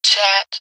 Chit-Chat.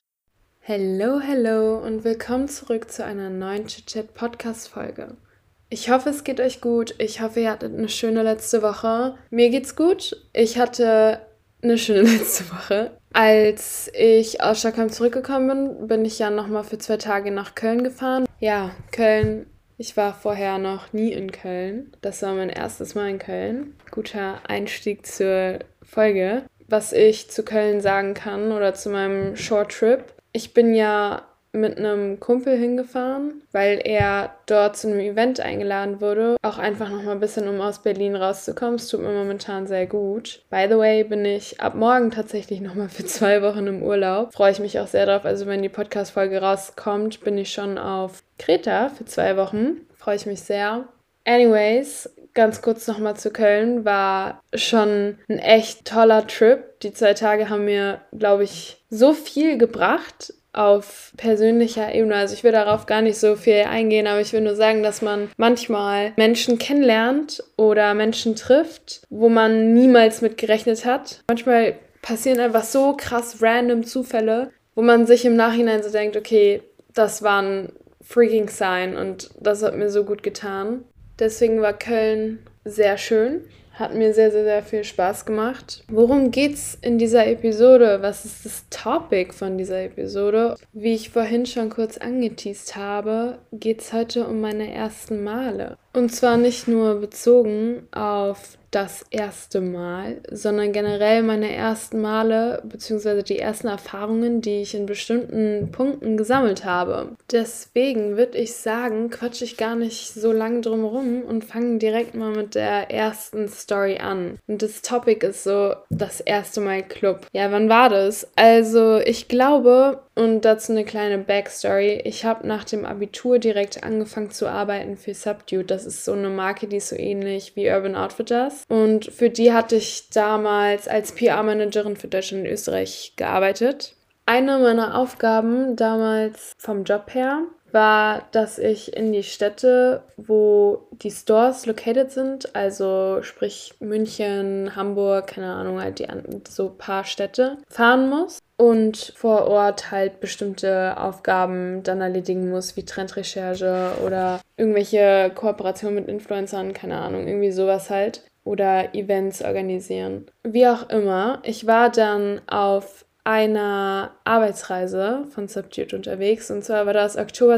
Hello und willkommen zurück zu einer neuen Chit-Chat-Podcast-Folge. Ich hoffe, es geht euch gut. Ich hoffe, ihr hattet eine schöne letzte Woche. Mir geht's gut. Ich hatte eine schöne letzte Woche. Als ich aus Stockholm zurückgekommen bin, bin ich ja nochmal für 2 Tage nach Köln gefahren. Ja, Köln. Ich war vorher noch nie in Köln. Das war mein erstes Mal in Köln. Guter Einstieg zur Folge. Was ich zu Köln sagen kann oder zu meinem Short Trip. Ich bin ja mit einem Kumpel hingefahren, weil er dort zu einem Event eingeladen wurde. Auch einfach nochmal ein bisschen, um aus Berlin rauszukommen. Es tut mir momentan sehr gut. By the way, bin ich ab morgen tatsächlich nochmal für 2 Wochen im Urlaub. Freue ich mich auch sehr drauf. Also wenn die Podcast-Folge rauskommt, bin ich schon auf Kreta für 2 Wochen. Freue ich mich sehr. Anyways, ganz kurz nochmal zu Köln. War schon ein echt toller Trip. Die 2 Tage haben mir, glaube ich, so viel gebracht auf persönlicher Ebene. Also ich will darauf gar nicht so viel eingehen, aber ich will nur sagen, dass man manchmal Menschen kennenlernt oder Menschen trifft, wo man niemals mit gerechnet hat. Manchmal passieren einfach so krass random Zufälle, wo man sich im Nachhinein so denkt, okay, das war ein freaking Sign und das hat mir so gut getan. Deswegen war Köln sehr schön. Hat mir sehr, sehr, sehr viel Spaß gemacht. Worum geht's in dieser Episode? Was ist das Topic von dieser Episode? Wie ich vorhin schon kurz angeteast habe, geht's heute um meine ersten Male. Und zwar nicht nur bezogen auf das erste Mal, sondern generell meine ersten Male bzw. die ersten Erfahrungen, die ich in bestimmten Punkten gesammelt habe. Deswegen würde ich sagen, quatsche ich gar nicht so lange drum herum und fange direkt mal mit der ersten Story an. Und das Topic ist so das erste Mal Club. Ja, wann war das? Also ich glaube, und dazu eine kleine Backstory, ich habe nach dem Abitur direkt angefangen zu arbeiten für Subdued. Das ist so eine Marke, die ist so ähnlich wie Urban Outfitters. Und für die hatte ich damals als PR-Managerin für Deutschland und Österreich gearbeitet. Eine meiner Aufgaben damals vom Job her war, dass ich in die Städte, wo die Stores located sind, also sprich München, Hamburg, keine Ahnung, halt so ein paar Städte, fahren muss und vor Ort halt bestimmte Aufgaben dann erledigen muss, wie Trendrecherche oder irgendwelche Kooperationen mit Influencern, keine Ahnung, irgendwie sowas halt. Oder Events organisieren. Wie auch immer, ich war dann auf einer Arbeitsreise von Subdued unterwegs und zwar war das Oktober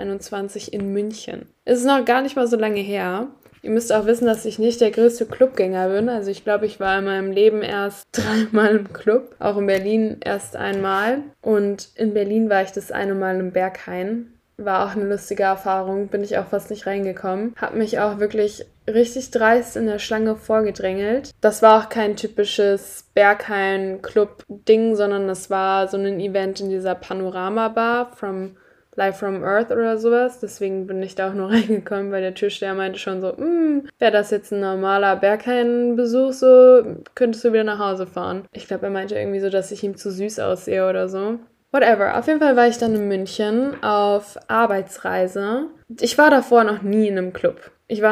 2021 in München. Es ist noch gar nicht mal so lange her. Ihr müsst auch wissen, dass ich nicht der größte Clubgänger bin. Also ich glaube, ich war in meinem Leben erst 3-mal im Club. Auch in Berlin erst einmal. Und in Berlin war ich das eine Mal im Berghain. War auch eine lustige Erfahrung, bin ich auch fast nicht reingekommen. Hab mich auch wirklich richtig dreist in der Schlange vorgedrängelt. Das war auch kein typisches Berghain-Club-Ding, sondern das war so ein Event in dieser Panorama-Bar Live from Earth oder sowas. Deswegen bin ich da auch nur reingekommen, weil der Türsteher meinte schon so, wäre das jetzt ein normaler Berghain-Besuch, so könntest du wieder nach Hause fahren. Ich glaube, er meinte irgendwie so, dass ich ihm zu süß aussehe oder so. Whatever. Auf jeden Fall war ich dann in München auf Arbeitsreise. Ich war davor noch nie in einem Club.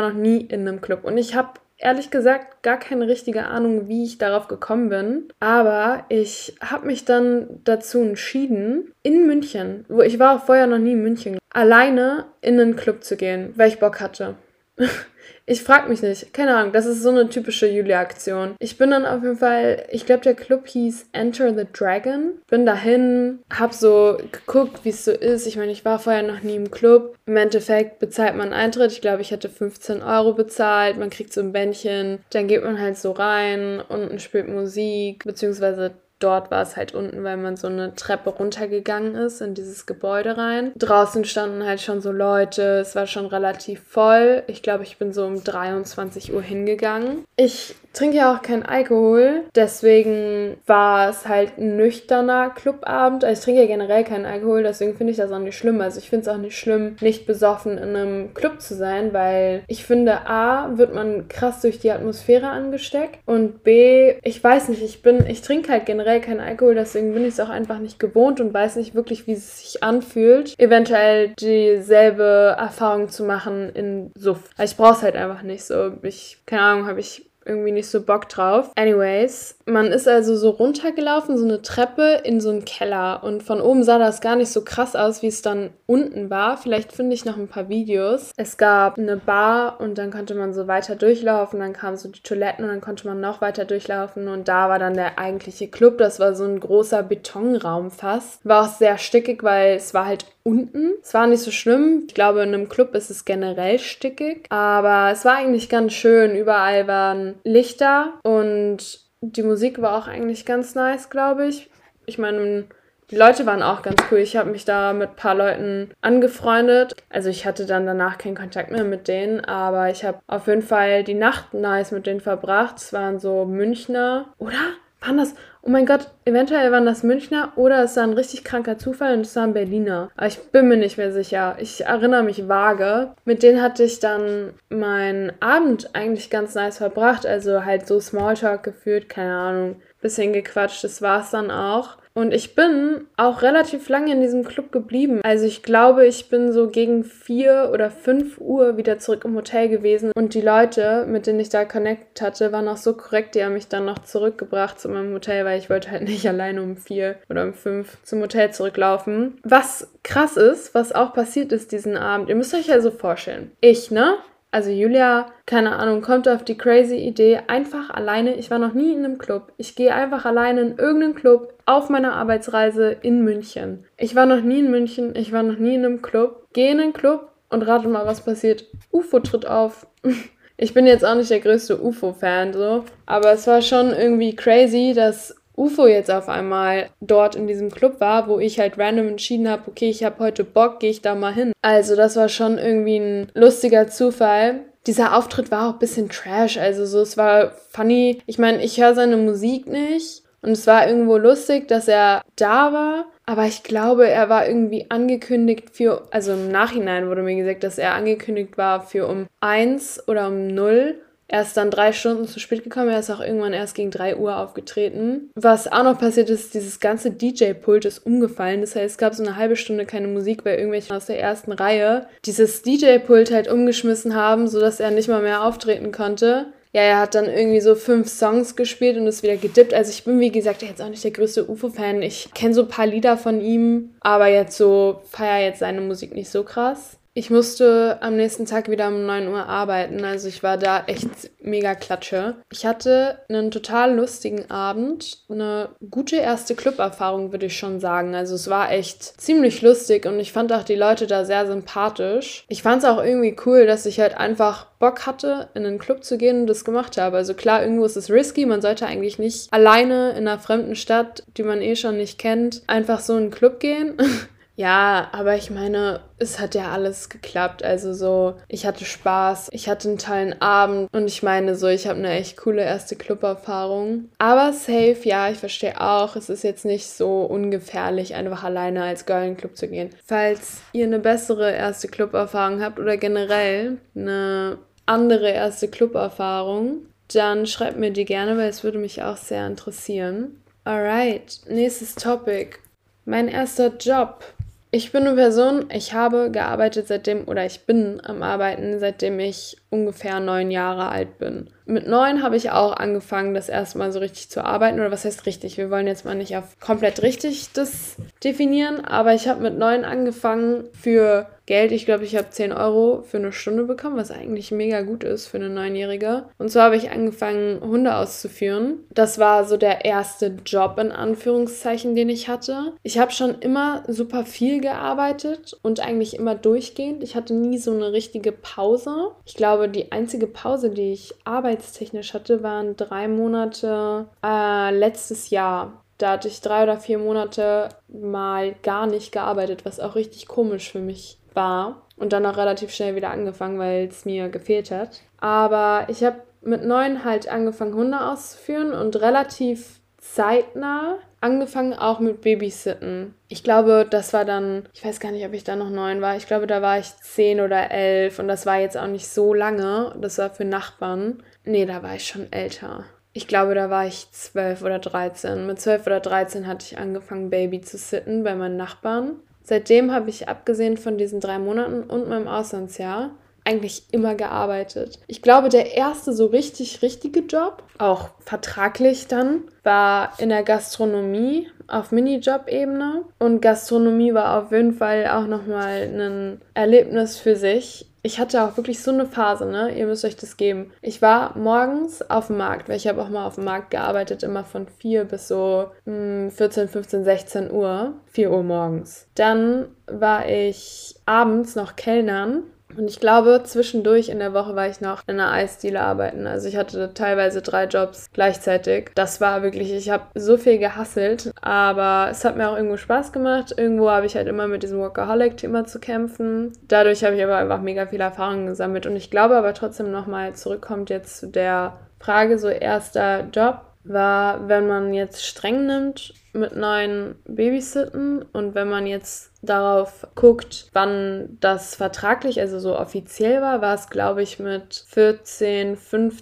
Und ich habe ehrlich gesagt gar keine richtige Ahnung, wie ich darauf gekommen bin. Aber ich habe mich dann dazu entschieden, in München, wo ich war auch vorher noch nie in München, alleine in einen Club zu gehen, weil ich Bock hatte. Ich frag mich nicht. Keine Ahnung, das ist so eine typische Julia-Aktion. Ich bin dann auf jeden Fall, ich glaube, der Club hieß Enter the Dragon. Bin dahin, hab so geguckt, wie es so ist. Ich meine, ich war vorher noch nie im Club. Im Endeffekt bezahlt man Eintritt. Ich glaube, ich hätte 15 Euro bezahlt. Man kriegt so ein Bändchen. Dann geht man halt so rein. Unten spielt Musik, beziehungsweise dort war es halt unten, weil man so eine Treppe runtergegangen ist in dieses Gebäude rein. Draußen standen halt schon so Leute, es war schon relativ voll. Ich glaube, ich bin so um 23 Uhr hingegangen. Ich trinke ja auch keinen Alkohol, deswegen war es halt ein nüchterner Clubabend. Also ich trinke ja generell keinen Alkohol, deswegen finde ich das auch nicht schlimm. Also ich finde es auch nicht schlimm, nicht besoffen in einem Club zu sein, weil ich finde, A, wird man krass durch die Atmosphäre angesteckt und B, ich weiß nicht, ich trinke halt generell keinen Alkohol, deswegen bin ich es auch einfach nicht gewohnt und weiß nicht wirklich, wie es sich anfühlt, eventuell dieselbe Erfahrung zu machen in Suff. Also ich brauche es halt einfach nicht so. Keine Ahnung, habe ich irgendwie nicht so Bock drauf. Anyways, Man ist also so runtergelaufen, so eine Treppe in so einen Keller und von oben sah das gar nicht so krass aus, wie es dann unten war. Vielleicht finde ich noch ein paar Videos. Es gab eine Bar und dann konnte man so weiter durchlaufen, dann kamen so die Toiletten und dann konnte man noch weiter durchlaufen und da war dann der eigentliche Club. Das war so ein großer Betonraum fast. War auch sehr stickig, weil es war halt unten. Es war nicht so schlimm. Ich glaube, in einem Club ist es generell stickig, aber es war eigentlich ganz schön. Überall waren Lichter und die Musik war auch eigentlich ganz nice, glaube ich. Ich meine, die Leute waren auch ganz cool. Ich habe mich da mit ein paar Leuten angefreundet. Also ich hatte dann danach keinen Kontakt mehr mit denen, aber ich habe auf jeden Fall die Nacht nice mit denen verbracht. Es waren so Münchner, oder? Waren das? Oh mein Gott, eventuell waren das Münchner oder es war ein richtig kranker Zufall und es waren Berliner. Aber ich bin mir nicht mehr sicher. Ich erinnere mich vage. Mit denen hatte ich dann meinen Abend eigentlich ganz nice verbracht. Also halt so Smalltalk geführt, keine Ahnung. Bisschen gequatscht, das war's dann auch. Und ich bin auch relativ lange in diesem Club geblieben. Also ich glaube, ich bin so gegen 4 oder 5 Uhr wieder zurück im Hotel gewesen. Und die Leute, mit denen ich da connected hatte, waren auch so korrekt. Die haben mich dann noch zurückgebracht zu meinem Hotel, weil ich wollte halt nicht alleine um 4 oder um 5 zum Hotel zurücklaufen. Was krass ist, was auch passiert ist diesen Abend. Ihr müsst euch ja so vorstellen. Also Julia, keine Ahnung, kommt auf die crazy Idee, einfach alleine, ich war noch nie in einem Club, ich gehe einfach alleine in irgendeinen Club auf meiner Arbeitsreise in München. Ich war noch nie in München, ich war noch nie in einem Club, gehe in einen Club und rate mal, was passiert. UFO tritt auf. Ich bin jetzt auch nicht der größte UFO-Fan, so, aber es war schon irgendwie crazy, dass UFO jetzt auf einmal dort in diesem Club war, wo ich halt random entschieden habe, okay, ich habe heute Bock, gehe ich da mal hin. Also das war schon irgendwie ein lustiger Zufall. Dieser Auftritt war auch ein bisschen Trash, also so, es war funny. Ich meine, ich höre seine Musik nicht und es war irgendwo lustig, dass er da war, aber ich glaube, er war irgendwie angekündigt also im Nachhinein wurde mir gesagt, dass er angekündigt war für um 1 oder um 0. Er ist dann 3 Stunden zu spät gekommen, er ist auch irgendwann erst gegen 3 Uhr aufgetreten. Was auch noch passiert ist, dieses ganze DJ-Pult ist umgefallen. Das heißt, es gab so eine halbe Stunde keine Musik, weil irgendwelche aus der ersten Reihe dieses DJ-Pult halt umgeschmissen haben, sodass er nicht mal mehr auftreten konnte. Ja, er hat dann irgendwie so 5 Songs gespielt und ist wieder gedippt. Also ich bin, wie gesagt, jetzt auch nicht der größte UFO-Fan. Ich kenne so ein paar Lieder von ihm, aber feiere jetzt seine Musik nicht so krass. Ich musste am nächsten Tag wieder um 9 Uhr arbeiten, also ich war da echt mega klatsche. Ich hatte einen total lustigen Abend, eine gute erste Club-Erfahrung, würde ich schon sagen. Also es war echt ziemlich lustig und ich fand auch die Leute da sehr sympathisch. Ich fand es auch irgendwie cool, dass ich halt einfach Bock hatte, in einen Club zu gehen und das gemacht habe. Also klar, irgendwo ist es risky, man sollte eigentlich nicht alleine in einer fremden Stadt, die man eh schon nicht kennt, einfach so in einen Club gehen. Ja, aber ich meine, es hat ja alles geklappt. Also so, ich hatte Spaß, ich hatte einen tollen Abend und ich meine so, ich habe eine echt coole erste Club-Erfahrung. Aber safe, ja, ich verstehe auch, es ist jetzt nicht so ungefährlich, einfach alleine als Girl in den Club zu gehen. Falls ihr eine bessere erste Club-Erfahrung habt oder generell eine andere erste Club-Erfahrung, dann schreibt mir die gerne, weil es würde mich auch sehr interessieren. Alright, nächstes Topic. Mein erster Job. Ich bin eine Person, ich habe gearbeitet ich bin am Arbeiten, seitdem ich ungefähr 9 Jahre alt bin. Mit 9 habe ich auch angefangen, das erste Mal so richtig zu arbeiten. Oder was heißt richtig? Wir wollen jetzt mal nicht auf komplett richtig das definieren, aber ich habe mit 9 angefangen für Geld. Ich glaube, ich habe 10 Euro für eine Stunde bekommen, was eigentlich mega gut ist für eine 9-Jährige. Und so habe ich angefangen, Hunde auszuführen. Das war so der erste Job in Anführungszeichen, den ich hatte. Ich habe schon immer super viel gearbeitet und eigentlich immer durchgehend. Ich hatte nie so eine richtige Pause. Ich glaube, die einzige Pause, die ich arbeitstechnisch hatte, waren 3 Monate letztes Jahr. Da hatte ich 3 oder 4 Monate mal gar nicht gearbeitet, was auch richtig komisch für mich war. Und dann auch relativ schnell wieder angefangen, weil es mir gefehlt hat. Aber ich habe mit 9 halt angefangen, Hunde auszuführen und relativ zeitnah angefangen auch mit Babysitten. Ich glaube, das war dann, ich weiß gar nicht, ob ich da noch 9 war. Ich glaube, da war ich 10 oder 11 und das war jetzt auch nicht so lange. Das war für Nachbarn. Nee, da war ich schon älter. Ich glaube, da war ich 12 oder 13. Mit 12 oder 13 hatte ich angefangen, Baby zu sitten bei meinen Nachbarn. Seitdem habe ich, abgesehen von diesen 3 Monaten und meinem Auslandsjahr, eigentlich immer gearbeitet. Ich glaube, der erste so richtige Job, auch vertraglich dann, war in der Gastronomie auf Minijob-Ebene. Und Gastronomie war auf jeden Fall auch nochmal ein Erlebnis für sich. Ich hatte auch wirklich so eine Phase, ne? Ihr müsst euch das geben. Ich war morgens auf dem Markt, weil ich habe auch mal auf dem Markt gearbeitet, immer von 4 bis so 14, 15, 16 Uhr, 4 Uhr morgens. Dann war ich abends noch Kellnern. Und ich glaube, zwischendurch in der Woche war ich noch in einer Eisdiele arbeiten. Also ich hatte teilweise 3 Jobs gleichzeitig. Das war wirklich, ich habe so viel gehustelt, aber es hat mir auch irgendwo Spaß gemacht. Irgendwo habe ich halt immer mit diesem Workaholic-Thema zu kämpfen. Dadurch habe ich aber einfach mega viel Erfahrung gesammelt. Und ich glaube aber trotzdem nochmal zurückkommt jetzt zu der Frage, so erster Job war, wenn man jetzt streng nimmt mit neuen Babysitten und wenn man jetzt darauf guckt, wann das vertraglich, also so offiziell war es, glaube ich, mit 14,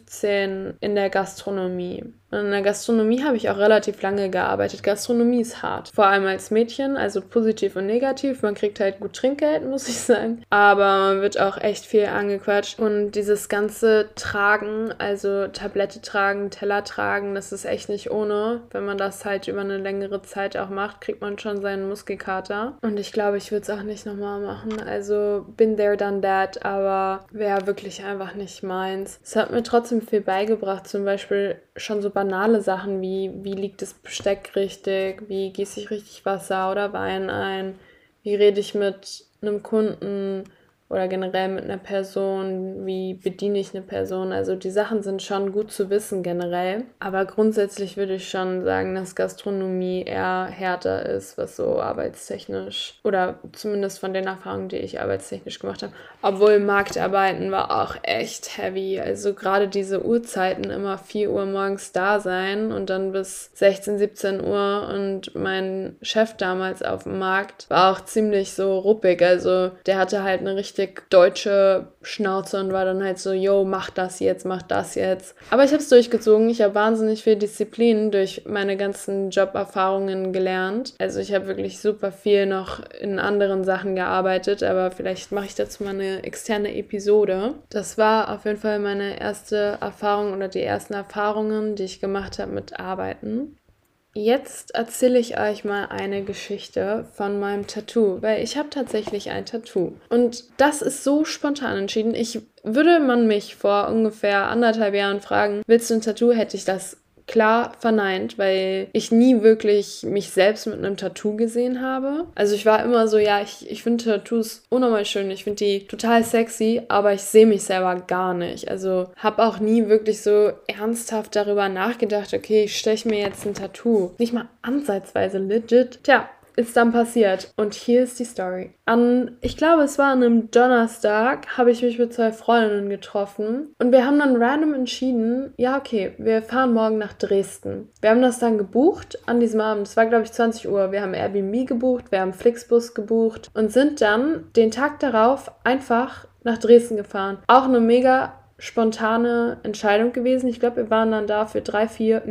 15 in der Gastronomie. Und in der Gastronomie habe ich auch relativ lange gearbeitet. Gastronomie ist hart. Vor allem als Mädchen, also positiv und negativ. Man kriegt halt gut Trinkgeld, muss ich sagen. Aber man wird auch echt viel angequatscht. Und dieses ganze Tragen, also Tablette tragen, Teller tragen, das ist echt nicht ohne. Wenn man das halt über eine längere Zeit auch macht, kriegt man schon seinen Muskelkater. Und ich glaube, ich würde es auch nicht nochmal machen. Also been there, done that, aber wäre wirklich einfach nicht meins. Es hat mir trotzdem viel beigebracht, zum Beispiel schon so banale Sachen wie liegt das Besteck richtig, wie gieße ich richtig Wasser oder Wein ein, wie rede ich mit einem Kunden oder generell mit einer Person, wie bediene ich eine Person. Also die Sachen sind schon gut zu wissen generell, aber grundsätzlich würde ich schon sagen, dass Gastronomie eher härter ist, was so arbeitstechnisch oder zumindest von den Erfahrungen, die ich arbeitstechnisch gemacht habe. Obwohl Marktarbeiten war auch echt heavy, also gerade diese Uhrzeiten, immer 4 Uhr morgens da sein und dann bis 16, 17 Uhr und mein Chef damals auf dem Markt war auch ziemlich so ruppig, also der hatte halt eine richtig deutsche Schnauze und war dann halt so, yo, mach das jetzt, mach das jetzt. Aber ich habe es durchgezogen. Ich habe wahnsinnig viel Disziplin durch meine ganzen Joberfahrungen gelernt. Also ich habe wirklich super viel noch in anderen Sachen gearbeitet, aber vielleicht mache ich dazu mal eine externe Episode. Das war auf jeden Fall meine erste Erfahrung oder die ersten Erfahrungen, die ich gemacht habe mit Arbeiten. Jetzt erzähle ich euch mal eine Geschichte von meinem Tattoo, weil ich habe tatsächlich ein Tattoo. Und das ist so spontan entschieden. Würde man mich vor ungefähr 1,5 Jahren fragen, willst du ein Tattoo, hätte ich das klar verneint, weil ich nie wirklich mich selbst mit einem Tattoo gesehen habe. Also ich war immer so, ja, ich finde Tattoos unnormal schön, ich finde die total sexy, aber ich sehe mich selber gar nicht. Also habe auch nie wirklich so ernsthaft darüber nachgedacht, okay, ich steche mir jetzt ein Tattoo. Nicht mal ansatzweise legit. Tja, ist dann passiert. Und hier ist die Story. Ich glaube, es war an einem Donnerstag, habe ich mich mit 2 Freundinnen getroffen. Und wir haben dann random entschieden, ja, okay, wir fahren morgen nach Dresden. Wir haben das dann gebucht an diesem Abend. Es war, glaube ich, 20 Uhr. Wir haben Airbnb gebucht, wir haben Flixbus gebucht und sind dann den Tag darauf einfach nach Dresden gefahren. Auch eine mega spontane Entscheidung gewesen. Ich glaube, wir waren dann da für 3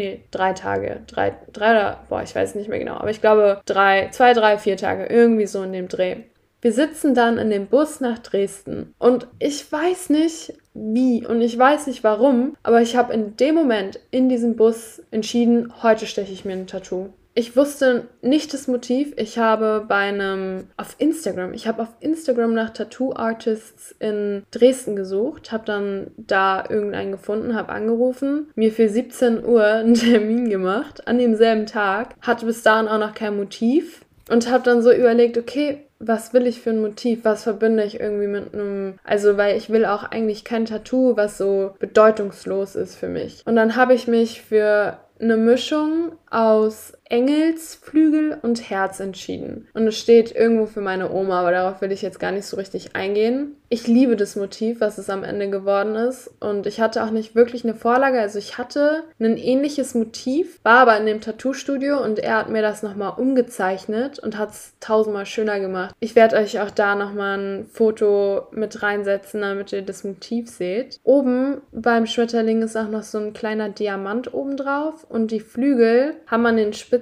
Tage. 3 oder, ich weiß nicht mehr genau. Aber ich glaube, 2, 3, 4 Tage. Irgendwie so in dem Dreh. Wir sitzen dann in dem Bus nach Dresden. Und ich weiß nicht wie und ich weiß nicht warum, aber ich habe in dem Moment in diesem Bus entschieden, heute steche ich mir ein Tattoo. Ich wusste nicht das Motiv. Ich habe auf Instagram nach Tattoo-Artists in Dresden gesucht, habe dann da irgendeinen gefunden, habe angerufen, mir für 17 Uhr einen Termin gemacht, an demselben Tag, hatte bis dahin auch noch kein Motiv und habe dann so überlegt, okay, was will ich für ein Motiv? Was verbinde ich irgendwie mit einem... Also, weil ich will auch eigentlich kein Tattoo, was so bedeutungslos ist für mich. Und dann habe ich mich für eine Mischung aus Engelsflügel und Herz entschieden. Und es steht irgendwo für meine Oma, aber darauf will ich jetzt gar nicht so richtig eingehen. Ich liebe das Motiv, was es am Ende geworden ist. Und ich hatte auch nicht wirklich eine Vorlage. Also ich hatte ein ähnliches Motiv, war aber in dem Tattoo-Studio und er hat mir das nochmal umgezeichnet und hat es 1000-mal schöner gemacht. Ich werde euch auch da nochmal ein Foto mit reinsetzen, damit ihr das Motiv seht. Oben beim Schmetterling ist auch noch so ein kleiner Diamant oben drauf und die Flügel haben an den Spitzen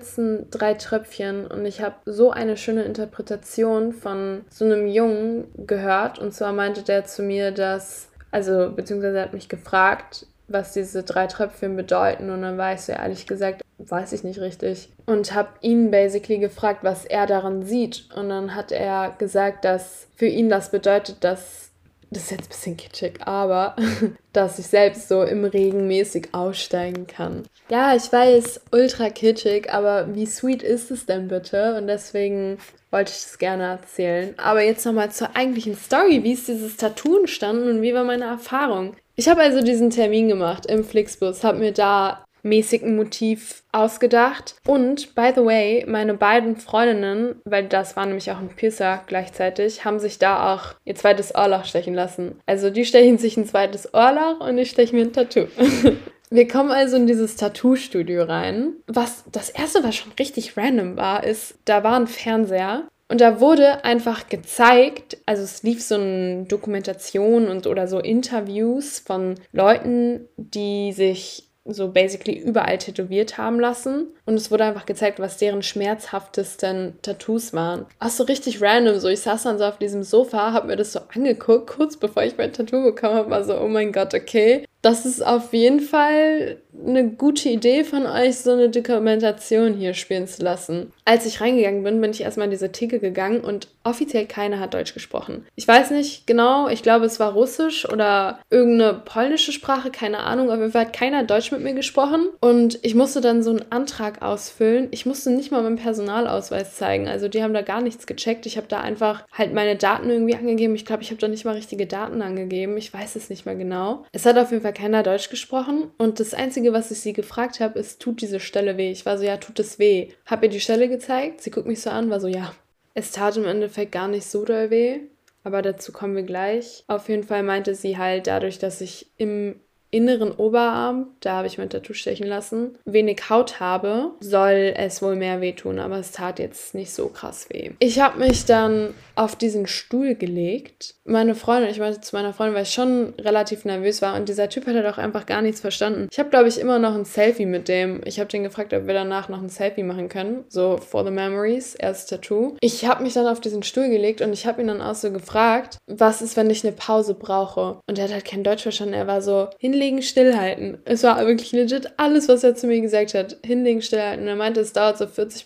sitzen 3 Tröpfchen und ich habe so eine schöne Interpretation von so einem Jungen gehört. Und zwar meinte der zu mir, beziehungsweise er hat mich gefragt, was diese 3 Tröpfchen bedeuten. Und dann war ich so, ehrlich gesagt, weiß ich nicht richtig. Und habe ihn basically gefragt, was er daran sieht. Und dann hat er gesagt, dass für ihn das bedeutet, dass, das ist jetzt ein bisschen kitschig, aber dass ich selbst so im Regen mäßig aussteigen kann. Ja, ich weiß, ultra kitschig, aber wie sweet ist es denn bitte? Und deswegen wollte ich das gerne erzählen. Aber jetzt nochmal zur eigentlichen Story. Wie ist dieses Tattoo entstanden und wie war meine Erfahrung? Ich habe also diesen Termin gemacht im Flixbus, habe mir da mäßig ein Motiv ausgedacht. Und, by the way, meine beiden Freundinnen, weil das war nämlich auch ein Piercer gleichzeitig, haben sich da auch ihr zweites Ohrloch stechen lassen. Also die stechen sich ein zweites Ohrloch und ich steche mir ein Tattoo. Wir kommen also in dieses Tattoo-Studio rein. Was das erste, was schon richtig random war, ist, da war ein Fernseher. Und da wurde einfach gezeigt, also es lief so eine Dokumentation oder so Interviews von Leuten, die sich so basically überall tätowiert haben lassen. Und es wurde einfach gezeigt, was deren schmerzhaftesten Tattoos waren. Ach so, richtig random. So, ich saß dann so auf diesem Sofa, hab mir das so angeguckt, kurz bevor ich mein Tattoo bekommen habe, war so, oh mein Gott, okay. Das ist auf jeden Fall eine gute Idee von euch, so eine Dokumentation hier spielen zu lassen. Als ich reingegangen bin, bin ich erstmal in diese Theke gegangen und offiziell keiner hat Deutsch gesprochen. Ich weiß nicht genau, ich glaube, es war Russisch oder irgendeine polnische Sprache, keine Ahnung. Auf jeden Fall hat keiner Deutsch mit mir gesprochen und ich musste dann so einen Antrag ausfüllen. Ich musste nicht mal meinen Personalausweis zeigen, also die haben da gar nichts gecheckt. Ich habe da einfach halt meine Daten irgendwie angegeben. Ich glaube, ich habe da nicht mal richtige Daten angegeben. Ich weiß es nicht mehr genau. Es hat auf jeden Fall keiner Deutsch gesprochen und das Einzige, was ich sie gefragt habe, ist, tut diese Stelle weh? Ich war so, ja, tut es weh? Hab ihr die Stelle gezeigt, sie guckt mich so an, war so, ja. Es tat im Endeffekt gar nicht so doll weh, aber dazu kommen wir gleich. Auf jeden Fall meinte sie halt, dadurch, dass ich im inneren Oberarm, da habe ich mein Tattoo stechen lassen, wenig Haut habe, soll es wohl mehr wehtun, aber es tat jetzt nicht so krass weh. Ich habe mich dann auf diesen Stuhl gelegt. Ich meinte zu meiner Freundin, weil ich schon relativ nervös war und dieser Typ hat halt auch einfach gar nichts verstanden. Ich habe, glaube ich, immer noch ein Selfie mit dem. Ich habe den gefragt, ob wir danach noch ein Selfie machen können, so for the memories, erstes Tattoo. Ich habe mich dann auf diesen Stuhl gelegt und ich habe ihn dann auch so gefragt, was ist, wenn ich eine Pause brauche? Und er hat halt kein Deutsch verstanden. Er war so, hinlegen, stillhalten. Es war wirklich legit alles, was er zu mir gesagt hat. Hinlegen, stillhalten. Und er meinte, es dauert so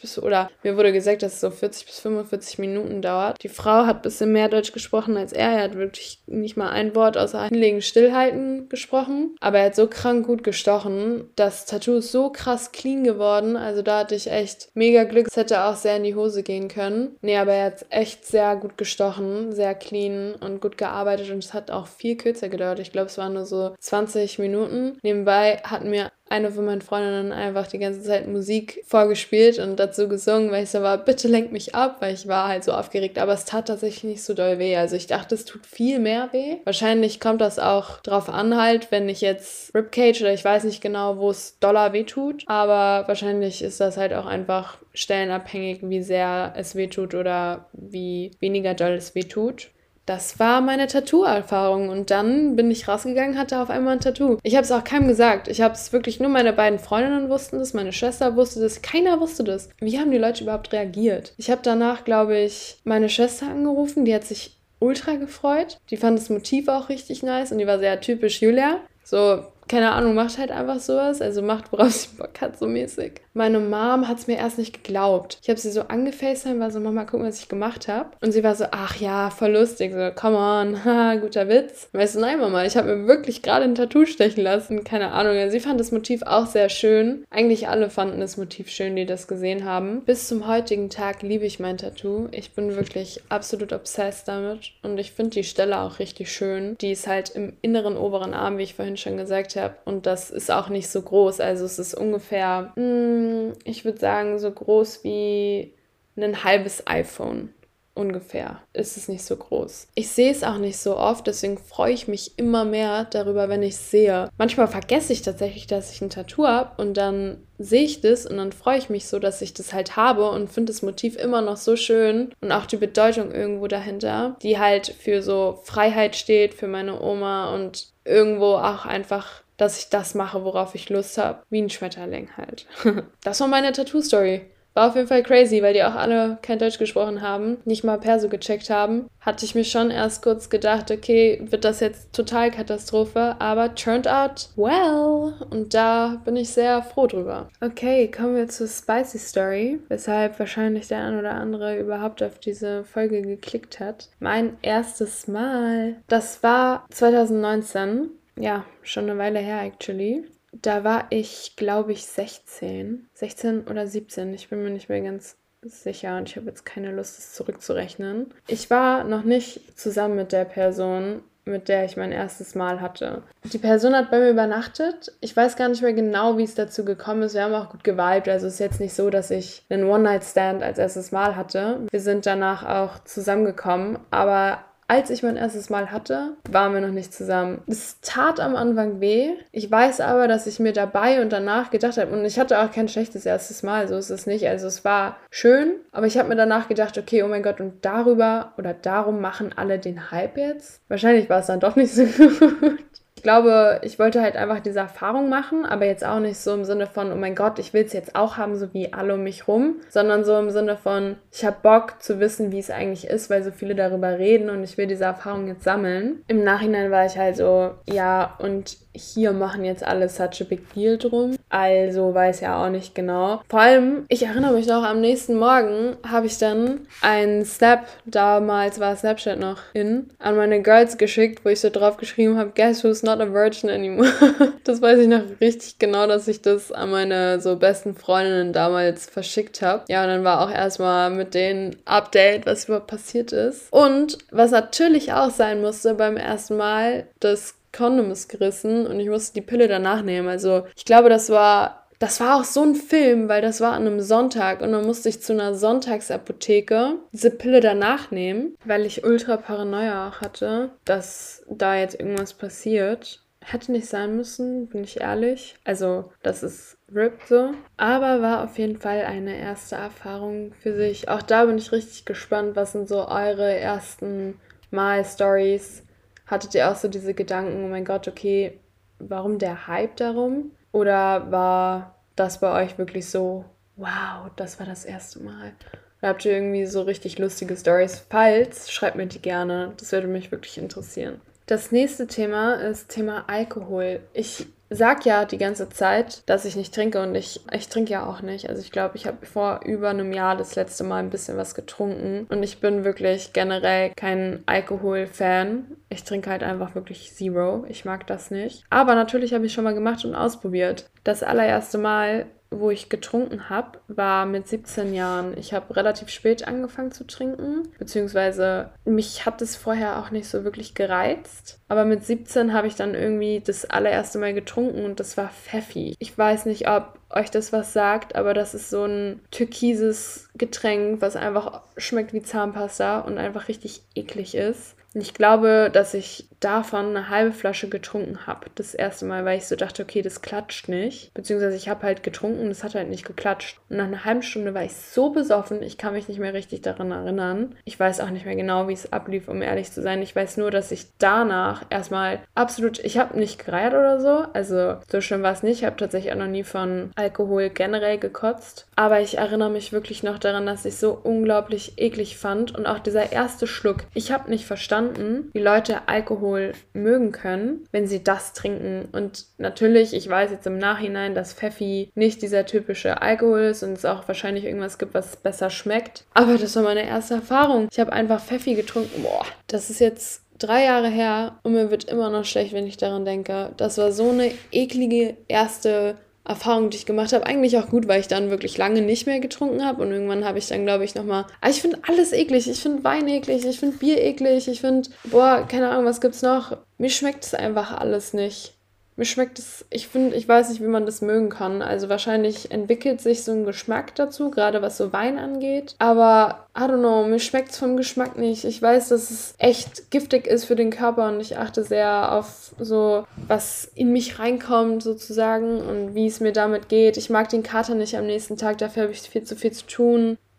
mir wurde gesagt, dass es so 40 bis 45 Minuten dauert. Die Frau hat ein bisschen mehr Deutsch gesprochen als er. Er hat wirklich nicht mal ein Wort außer hinlegen, stillhalten gesprochen. Aber er hat so krank gut gestochen. Das Tattoo ist so krass clean geworden. Also da hatte ich echt mega Glück. Es hätte auch sehr in die Hose gehen können. Nee, aber er hat echt sehr gut gestochen. Sehr clean und gut gearbeitet. Und es hat auch viel kürzer gedauert. Ich glaube, es waren nur so 20 Minuten. Nebenbei hat mir eine von meinen Freundinnen einfach die ganze Zeit Musik vorgespielt und dazu gesungen, weil ich so war, bitte lenk mich ab, weil ich war halt so aufgeregt, aber es tat tatsächlich nicht so doll weh. Also ich dachte, es tut viel mehr weh. Wahrscheinlich kommt das auch drauf an halt, wenn ich jetzt Ribcage oder ich weiß nicht genau, wo es doller weh tut, aber wahrscheinlich ist das halt auch einfach stellenabhängig, wie sehr es weh tut oder wie weniger doll es weh tut. Das war meine Tattoo-Erfahrung und dann bin ich rausgegangen, hatte auf einmal ein Tattoo. Ich habe es auch keinem gesagt. Ich habe es wirklich, nur meine beiden Freundinnen wussten das, meine Schwester wusste das, keiner wusste das. Wie haben die Leute überhaupt reagiert? Ich habe danach, glaube ich, meine Schwester angerufen, die hat sich ultra gefreut. Die fand das Motiv auch richtig nice und die war sehr typisch Julia. So, keine Ahnung, macht halt einfach sowas, also macht, worauf sie Bock hat, so mäßig. Meine Mom hat es mir erst nicht geglaubt. Ich habe sie so angefacetimed, war so, Mama, guck mal, was ich gemacht habe. Und sie war so, ach ja, voll lustig, so, come on, haha, guter Witz. Und weißt du, nein, Mama, ich habe mir wirklich gerade ein Tattoo stechen lassen, keine Ahnung. Also sie fand das Motiv auch sehr schön. Eigentlich alle fanden das Motiv schön, die das gesehen haben. Bis zum heutigen Tag liebe ich mein Tattoo. Ich bin wirklich absolut obsessed damit und ich finde die Stelle auch richtig schön. Die ist halt im inneren oberen Arm, wie ich vorhin schon gesagt habe. Und das ist auch nicht so groß. Also es ist ungefähr, ich würde sagen, so groß wie ein halbes iPhone. Ungefähr. Ist es nicht so groß. Ich sehe es auch nicht so oft, deswegen freue ich mich immer mehr darüber, wenn ich es sehe. Manchmal vergesse ich tatsächlich, dass ich ein Tattoo habe und dann sehe ich das und dann freue ich mich so, dass ich das halt habe und finde das Motiv immer noch so schön und auch die Bedeutung irgendwo dahinter, die halt für so Freiheit steht, für meine Oma und irgendwo auch einfach dass ich das mache, worauf ich Lust habe. Wie ein Schmetterling halt. Das war meine Tattoo-Story. War auf jeden Fall crazy, weil die auch alle kein Deutsch gesprochen haben, nicht mal Perso gecheckt haben. Hatte ich mir schon erst kurz gedacht, okay, wird das jetzt total Katastrophe, aber turned out well. Und da bin ich sehr froh drüber. Okay, kommen wir zur Spicy Story, weshalb wahrscheinlich der ein oder andere überhaupt auf diese Folge geklickt hat. Mein erstes Mal, das war 2019. Ja, schon eine Weile her actually. Da war ich, glaube ich, 16 oder 17. Ich bin mir nicht mehr ganz sicher und ich habe jetzt keine Lust, es zurückzurechnen. Ich war noch nicht zusammen mit der Person, mit der ich mein erstes Mal hatte. Die Person hat bei mir übernachtet. Ich weiß gar nicht mehr genau, wie es dazu gekommen ist. Wir haben auch gut geweibt. Also es ist jetzt nicht so, dass ich einen One-Night-Stand als erstes Mal hatte. Wir sind danach auch zusammengekommen, aber als ich mein erstes Mal hatte, waren wir noch nicht zusammen. Es tat am Anfang weh. Ich weiß aber, dass ich mir dabei und danach gedacht habe, und ich hatte auch kein schlechtes erstes Mal, so ist es nicht. Also es war schön, aber ich habe mir danach gedacht, okay, oh mein Gott, und darüber oder darum machen alle den Hype jetzt? Wahrscheinlich war es dann doch nicht so gut. Ich glaube, ich wollte halt einfach diese Erfahrung machen, aber jetzt auch nicht so im Sinne von, oh mein Gott, ich will es jetzt auch haben, so wie alle um mich rum, sondern so im Sinne von, ich habe Bock zu wissen, wie es eigentlich ist, weil so viele darüber reden und ich will diese Erfahrung jetzt sammeln. Im Nachhinein war ich halt so, ja, und hier machen jetzt alle such a big deal drum. Also weiß ja auch nicht genau. Vor allem, ich erinnere mich noch, am nächsten Morgen habe ich dann einen Snap, damals war Snapchat noch an meine Girls geschickt, wo ich so drauf geschrieben habe, guess who's not a virgin anymore. Das weiß ich noch richtig genau, dass ich das an meine so besten Freundinnen damals verschickt habe. Ja, und dann war auch erstmal mit denen Update, was überhaupt passiert ist. Und was natürlich auch sein musste beim ersten Mal, das Kondom ist gerissen und ich musste die Pille danach nehmen. Also ich glaube, das war auch so ein Film, weil das war an einem Sonntag und dann musste ich zu einer Sonntagsapotheke diese Pille danach nehmen, weil ich ultra Paranoia auch hatte, dass da jetzt irgendwas passiert. Hätte nicht sein müssen, bin ich ehrlich. Also, das ist RIP so. Aber war auf jeden Fall eine erste Erfahrung für sich. Auch da bin ich richtig gespannt, was sind so eure ersten Mal-Stories. Hattet ihr auch so diese Gedanken, oh mein Gott, okay, warum der Hype darum? Oder war das bei euch wirklich so, wow, das war das erste Mal? Oder habt ihr irgendwie so richtig lustige Stories? Falls, schreibt mir die gerne. Das würde mich wirklich interessieren. Das nächste Thema ist Thema Alkohol. Ich sag ja die ganze Zeit, dass ich nicht trinke und ich trinke ja auch nicht. Also ich glaube, ich habe vor über einem Jahr das letzte Mal ein bisschen was getrunken und ich bin wirklich generell kein Alkohol-Fan. Ich trinke halt einfach wirklich Zero. Ich mag das nicht. Aber natürlich habe ich schon mal gemacht und ausprobiert. Das allererste Mal, wo ich getrunken habe, war mit 17 Jahren. Ich habe relativ spät angefangen zu trinken, beziehungsweise mich hat es vorher auch nicht so wirklich gereizt. Aber mit 17 habe ich dann irgendwie das allererste Mal getrunken und das war Pfeffi. Ich weiß nicht, ob euch das was sagt, aber das ist so ein türkises Getränk, was einfach schmeckt wie Zahnpasta und einfach richtig eklig ist. Und ich glaube, dass ich davon eine halbe Flasche getrunken habe. Das erste Mal, weil ich so dachte, okay, das klatscht nicht. Beziehungsweise ich habe halt getrunken und es hat halt nicht geklatscht. Und nach einer halben Stunde war ich so besoffen, ich kann mich nicht mehr richtig daran erinnern. Ich weiß auch nicht mehr genau, wie es ablief, um ehrlich zu sein. Ich weiß nur, dass ich danach erstmal absolut, ich habe nicht gereiert oder so. Also so schlimm war es nicht. Ich habe tatsächlich auch noch nie von Alkohol generell gekotzt. Aber ich erinnere mich wirklich noch daran, dass ich so unglaublich eklig fand. Und auch dieser erste Schluck. Ich habe nicht verstanden, wie Leute Alkohol mögen können, wenn sie das trinken. Und natürlich, ich weiß jetzt im Nachhinein, dass Pfeffi nicht dieser typische Alkohol ist und es auch wahrscheinlich irgendwas gibt, was besser schmeckt. Aber das war meine erste Erfahrung. Ich habe einfach Pfeffi getrunken. Boah, das ist jetzt 3 Jahre her und mir wird immer noch schlecht, wenn ich daran denke. Das war so eine eklige erste Erfahrung, die ich gemacht habe. Eigentlich auch gut, weil ich dann wirklich lange nicht mehr getrunken habe und irgendwann habe ich dann, glaube ich, nochmal... Aber ich finde alles eklig. Ich finde Wein eklig, ich finde Bier eklig, ich finde... Boah, keine Ahnung, was gibt's noch? Mir schmeckt es einfach alles nicht. Mir schmeckt es, ich weiß nicht, wie man das mögen kann. Also wahrscheinlich entwickelt sich so ein Geschmack dazu, gerade was so Wein angeht. Aber, I don't know, mir schmeckt es vom Geschmack nicht. Ich weiß, dass es echt giftig ist für den Körper und ich achte sehr auf so, was in mich reinkommt sozusagen und wie es mir damit geht. Ich mag den Kater nicht am nächsten Tag, dafür habe ich viel zu tun.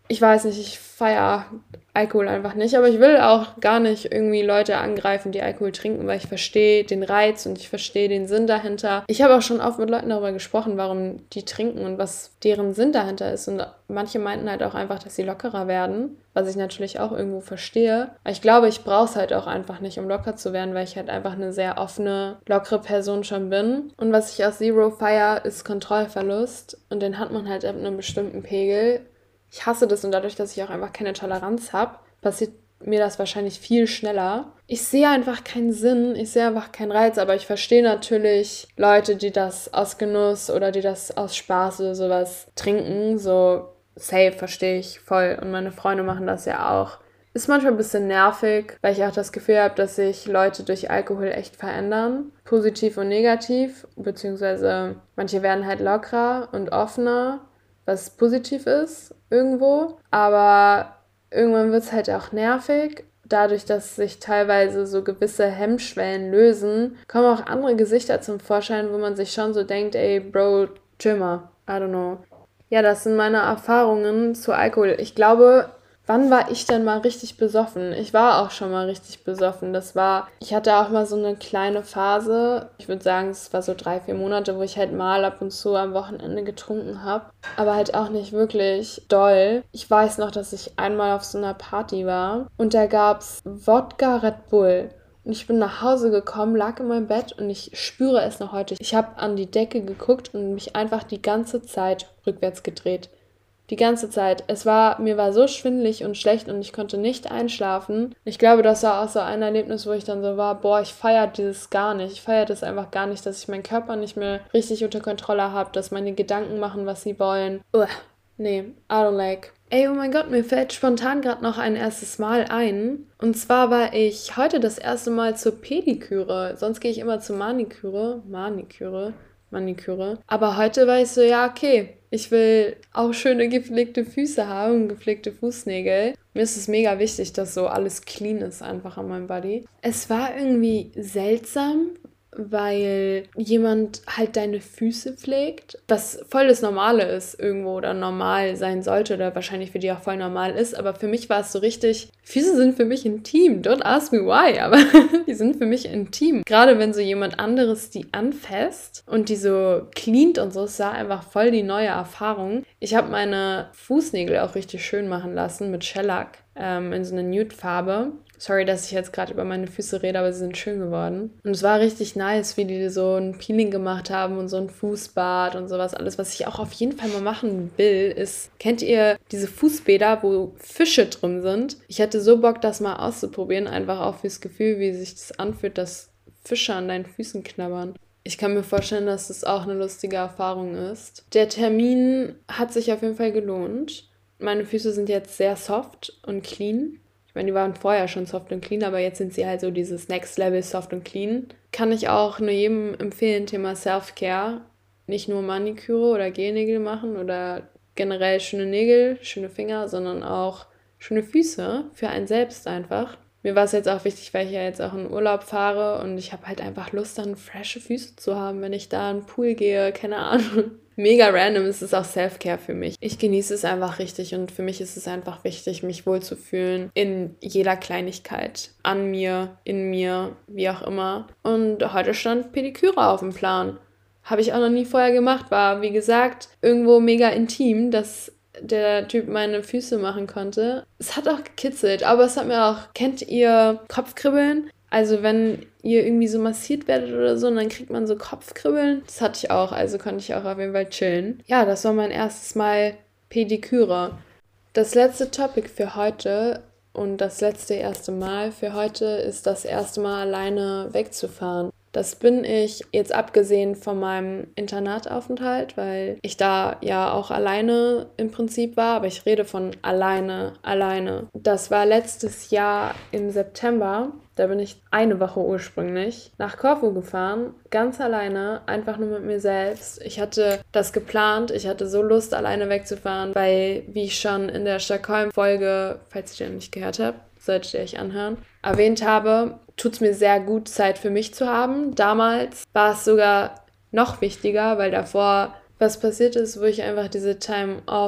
ich weiß nicht, ich feiere Alkohol einfach nicht, aber ich will auch gar nicht irgendwie Leute angreifen, die Alkohol trinken, weil ich verstehe den Reiz und ich verstehe den Sinn dahinter. Ich habe auch schon oft mit Leuten darüber gesprochen, warum die trinken und was deren Sinn dahinter ist, und manche meinten halt auch einfach, dass sie lockerer werden, was ich natürlich auch irgendwo verstehe. Aber ich glaube, ich brauche es halt auch einfach nicht, um locker zu werden, weil ich halt einfach eine sehr offene, lockere Person schon bin. Und was ich aus Zero feiere, ist Kontrollverlust, und den hat man halt ab einem bestimmten Pegel. Ich hasse das, und dadurch, dass ich auch einfach keine Toleranz habe, passiert mir das wahrscheinlich viel schneller. Ich sehe einfach keinen Sinn, ich sehe einfach keinen Reiz, aber ich verstehe natürlich Leute, die das aus Genuss oder die das aus Spaß oder sowas trinken. So safe, verstehe ich voll. Und meine Freunde machen das ja auch. Ist manchmal ein bisschen nervig, weil ich auch das Gefühl habe, dass sich Leute durch Alkohol echt verändern. Positiv und negativ, beziehungsweise manche werden halt lockerer und offener, was positiv ist irgendwo, aber irgendwann wird es halt auch nervig. Dadurch, dass sich teilweise so gewisse Hemmschwellen lösen, kommen auch andere Gesichter zum Vorschein, wo man sich schon so denkt, ey, Bro, chill mal, I don't know. Ja, das sind meine Erfahrungen zu Alkohol. Ich glaube, wann war ich denn mal richtig besoffen? Ich war auch schon mal richtig besoffen. Ich hatte auch mal so eine kleine Phase. Ich würde sagen, es war so 3-4 Monate, wo ich halt mal ab und zu am Wochenende getrunken habe. Aber halt auch nicht wirklich doll. Ich weiß noch, dass ich einmal auf so einer Party war und da gab's Wodka Red Bull. Und ich bin nach Hause gekommen, lag in meinem Bett und ich spüre es noch heute. Ich habe an die Decke geguckt und mich einfach die ganze Zeit rückwärts gedreht. Die ganze Zeit. Mir war so schwindelig und schlecht und ich konnte nicht einschlafen. Ich glaube, das war auch so ein Erlebnis, wo ich dann so war, boah, ich feiere dieses gar nicht. Ich feiere das einfach gar nicht, dass ich meinen Körper nicht mehr richtig unter Kontrolle habe, dass meine Gedanken machen, was sie wollen. Nee, I don't like. Ey, oh mein Gott, mir fällt spontan gerade noch ein erstes Mal ein. Und zwar war ich heute das erste Mal zur Pediküre. Sonst gehe ich immer zur Maniküre. Aber heute war ich so, ja, okay, ich will auch schöne gepflegte Füße haben, gepflegte Fußnägel. Mir ist es mega wichtig, dass so alles clean ist einfach an meinem Body. Es war irgendwie seltsam, weil jemand halt deine Füße pflegt, was voll das Normale ist irgendwo oder normal sein sollte oder wahrscheinlich für die auch voll normal ist, aber für mich war es so richtig, Füße sind für mich intim, don't ask me why, aber die sind für mich intim. Gerade wenn so jemand anderes die anfasst und die so cleant und so, es war einfach voll die neue Erfahrung. Ich habe meine Fußnägel auch richtig schön machen lassen mit Shellac in so einer Nude-Farbe. Sorry, dass ich jetzt gerade über meine Füße rede, aber sie sind schön geworden. Und es war richtig nice, wie die so ein Peeling gemacht haben und so ein Fußbad und sowas alles. Was ich auch auf jeden Fall mal machen will, ist, kennt ihr diese Fußbäder, wo Fische drin sind? Ich hätte so Bock, das mal auszuprobieren, einfach auch fürs Gefühl, wie sich das anfühlt, dass Fische an deinen Füßen knabbern. Ich kann mir vorstellen, dass das auch eine lustige Erfahrung ist. Der Termin hat sich auf jeden Fall gelohnt. Meine Füße sind jetzt sehr soft und clean. Ich meine, die waren vorher schon soft und clean, aber jetzt sind sie halt so dieses Next Level soft und clean. Kann ich auch nur jedem empfehlen, Thema Self-Care. Nicht nur Maniküre oder Gelnägel machen oder generell schöne Nägel, schöne Finger, sondern auch schöne Füße für einen selbst einfach. Mir war es jetzt auch wichtig, weil ich ja jetzt auch in Urlaub fahre und ich habe halt einfach Lust, dann frische Füße zu haben, wenn ich da in den Pool gehe, keine Ahnung. Mega random, ist es auch Self-Care für mich. Ich genieße es einfach richtig und für mich ist es einfach wichtig, mich wohlzufühlen in jeder Kleinigkeit. An mir, in mir, wie auch immer. Und heute stand Pediküre auf dem Plan. Habe ich auch noch nie vorher gemacht, war wie gesagt irgendwo mega intim, dass der Typ meine Füße machen konnte. Es hat auch gekitzelt, aber es hat mir auch, kennt ihr Kopfkribbeln? Also wenn ihr irgendwie so massiert werdet oder so und dann kriegt man so Kopfkribbeln. Das hatte ich auch, also konnte ich auch auf jeden Fall chillen. Ja, das war mein erstes Mal Pediküre. Das letzte Topic für heute und das letzte erste Mal für heute ist das erste Mal alleine wegzufahren. Das bin ich jetzt abgesehen von meinem Internataufenthalt, weil ich da ja auch alleine im Prinzip war, aber ich rede von alleine. Das war letztes Jahr im September, da bin ich eine Woche ursprünglich nach Korfu gefahren, ganz alleine, einfach nur mit mir selbst. Ich hatte das geplant, ich hatte so Lust, alleine wegzufahren, weil, wie ich schon in der Stockholm-Folge, falls ihr die noch nicht gehört habt, solltet ihr euch anhören, erwähnt habe, tut es mir sehr gut, Zeit für mich zu haben. Damals war es sogar noch wichtiger, weil davor was passiert ist, wo ich einfach diese Time off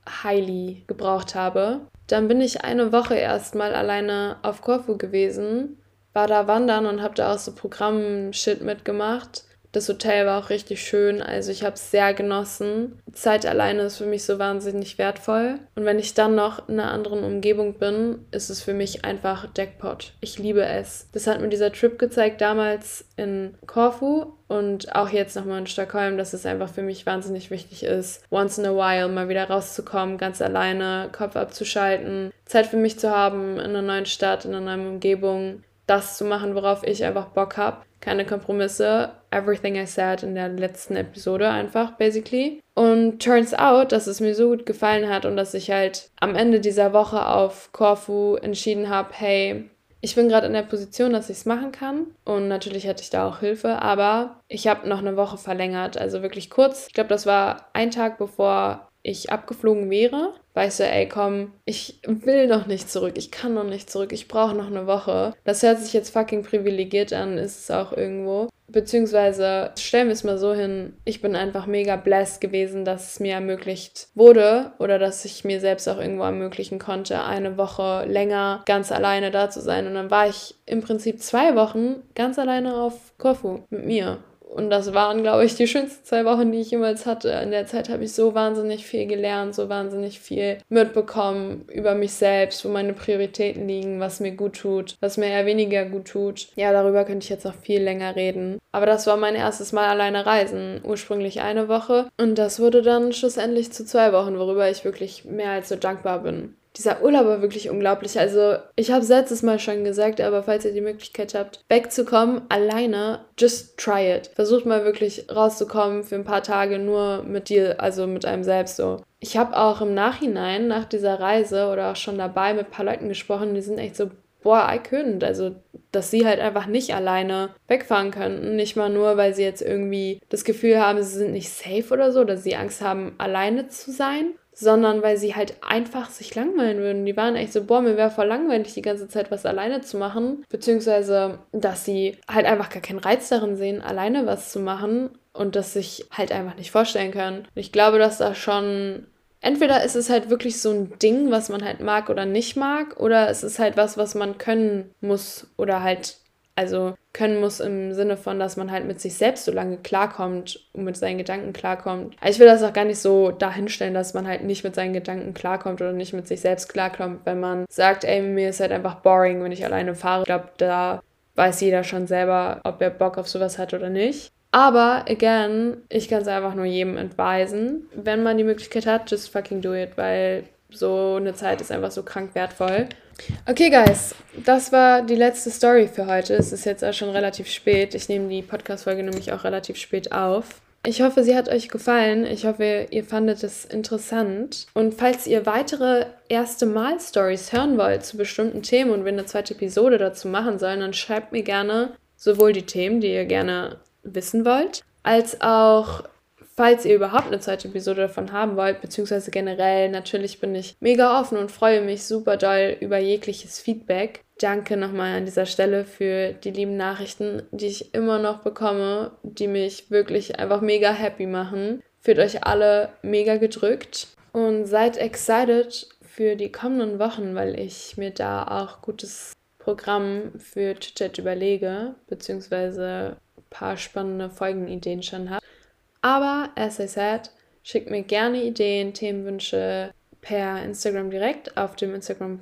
highly gebraucht habe. Dann bin ich eine Woche erstmal alleine auf Korfu gewesen, war da wandern und habe da auch so Programm-Shit mitgemacht. Das Hotel war auch richtig schön, also ich habe es sehr genossen. Zeit alleine ist für mich so wahnsinnig wertvoll. Und wenn ich dann noch in einer anderen Umgebung bin, ist es für mich einfach Jackpot. Ich liebe es. Das hat mir dieser Trip gezeigt, damals in Korfu und auch jetzt nochmal in Stockholm, dass es einfach für mich wahnsinnig wichtig ist, once in a while mal wieder rauszukommen, ganz alleine, Kopf abzuschalten, Zeit für mich zu haben in einer neuen Stadt, in einer neuen Umgebung, das zu machen, worauf ich einfach Bock habe. Keine Kompromisse. Everything I said in der letzten Episode einfach, basically. Und turns out, dass es mir so gut gefallen hat und dass ich halt am Ende dieser Woche auf Korfu entschieden habe, hey, ich bin gerade in der Position, dass ich es machen kann. Und natürlich hätte ich da auch Hilfe, aber ich habe noch eine Woche verlängert. Also wirklich kurz. Ich glaube, das war ein Tag, bevor ich abgeflogen wäre, war ich so, ey, komm, ich will noch nicht zurück, ich kann noch nicht zurück, ich brauche noch eine Woche. Das hört sich jetzt fucking privilegiert an, ist es auch irgendwo. Beziehungsweise, stellen wir es mal so hin, ich bin einfach mega blessed gewesen, dass es mir ermöglicht wurde oder dass ich mir selbst auch irgendwo ermöglichen konnte, eine Woche länger ganz alleine da zu sein. Und dann war ich im Prinzip 2 Wochen ganz alleine auf Korfu mit mir. Und das waren, glaube ich, die schönsten 2 Wochen, die ich jemals hatte. In der Zeit habe ich so wahnsinnig viel gelernt, so wahnsinnig viel mitbekommen über mich selbst, wo meine Prioritäten liegen, was mir gut tut, was mir eher weniger gut tut. Ja, darüber könnte ich jetzt noch viel länger reden. Aber das war mein erstes Mal alleine reisen. Ursprünglich eine Woche. Und das wurde dann schlussendlich zu 2 Wochen, worüber ich wirklich mehr als so dankbar bin. Dieser Urlaub war wirklich unglaublich. Also, ich habe es letztes Mal schon gesagt, aber falls ihr die Möglichkeit habt, wegzukommen, alleine, just try it. Versucht mal wirklich rauszukommen für ein paar Tage nur mit dir, also mit einem selbst so. Ich habe auch im Nachhinein, nach dieser Reise oder auch schon dabei mit ein paar Leuten gesprochen, die sind echt so, boah, I couldn't. Also, dass sie halt einfach nicht alleine wegfahren könnten. Nicht mal nur, weil sie jetzt irgendwie das Gefühl haben, sie sind nicht safe oder so, dass sie Angst haben, alleine zu sein, sondern weil sie halt einfach sich langweilen würden. Die waren echt so, boah, mir wäre voll langweilig, die ganze Zeit was alleine zu machen. Beziehungsweise, dass sie halt einfach gar keinen Reiz darin sehen, alleine was zu machen und das sich halt einfach nicht vorstellen können. Und ich glaube, dass da schon... Entweder ist es halt wirklich so ein Ding, was man halt mag oder nicht mag, oder es ist halt was man können muss oder halt, also können muss im Sinne von, dass man halt mit sich selbst so lange klarkommt und mit seinen Gedanken klarkommt. Also ich will das auch gar nicht so dahinstellen, dass man halt nicht mit seinen Gedanken klarkommt oder nicht mit sich selbst klarkommt, wenn man sagt, ey, mir ist halt einfach boring, wenn ich alleine fahre. Ich glaube, da weiß jeder schon selber, ob er Bock auf sowas hat oder nicht. Aber, again, ich kann es einfach nur jedem advisen. Wenn man die Möglichkeit hat, just fucking do it, weil so eine Zeit ist einfach so krank wertvoll. Okay, guys, das war die letzte Story für heute. Es ist jetzt auch schon relativ spät. Ich nehme die Podcast-Folge nämlich auch relativ spät auf. Ich hoffe, sie hat euch gefallen. Ich hoffe, ihr fandet es interessant. Und falls ihr weitere erste Mal-Stories hören wollt zu bestimmten Themen und wir eine zweite Episode dazu machen sollen, dann schreibt mir gerne sowohl die Themen, die ihr gerne wissen wollt, als auch, falls ihr überhaupt eine zweite Episode davon haben wollt, beziehungsweise generell, natürlich bin ich mega offen und freue mich super doll über jegliches Feedback. Danke nochmal an dieser Stelle für die lieben Nachrichten, die ich immer noch bekomme, die mich wirklich einfach mega happy machen. Fühlt euch alle mega gedrückt und seid excited für die kommenden Wochen, weil ich mir da auch gutes Programm für Chit-Chat überlege, beziehungsweise paar spannende Folgenideen schon habe. Aber, as I said, schickt mir gerne Ideen, Themenwünsche per Instagram direkt auf dem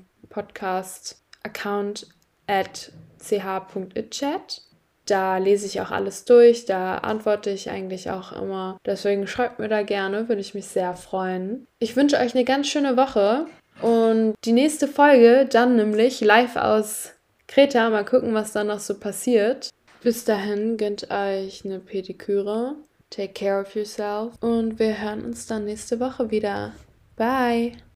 Instagram-Podcast-Account @ch.itchat. Da lese ich auch alles durch, da antworte ich eigentlich auch immer. Deswegen schreibt mir da gerne, würde ich mich sehr freuen. Ich wünsche euch eine ganz schöne Woche und die nächste Folge dann nämlich live aus Kreta. Mal gucken, was da noch so passiert. Bis dahin gönnt euch eine Pediküre. Take care of yourself. Und wir hören uns dann nächste Woche wieder. Bye!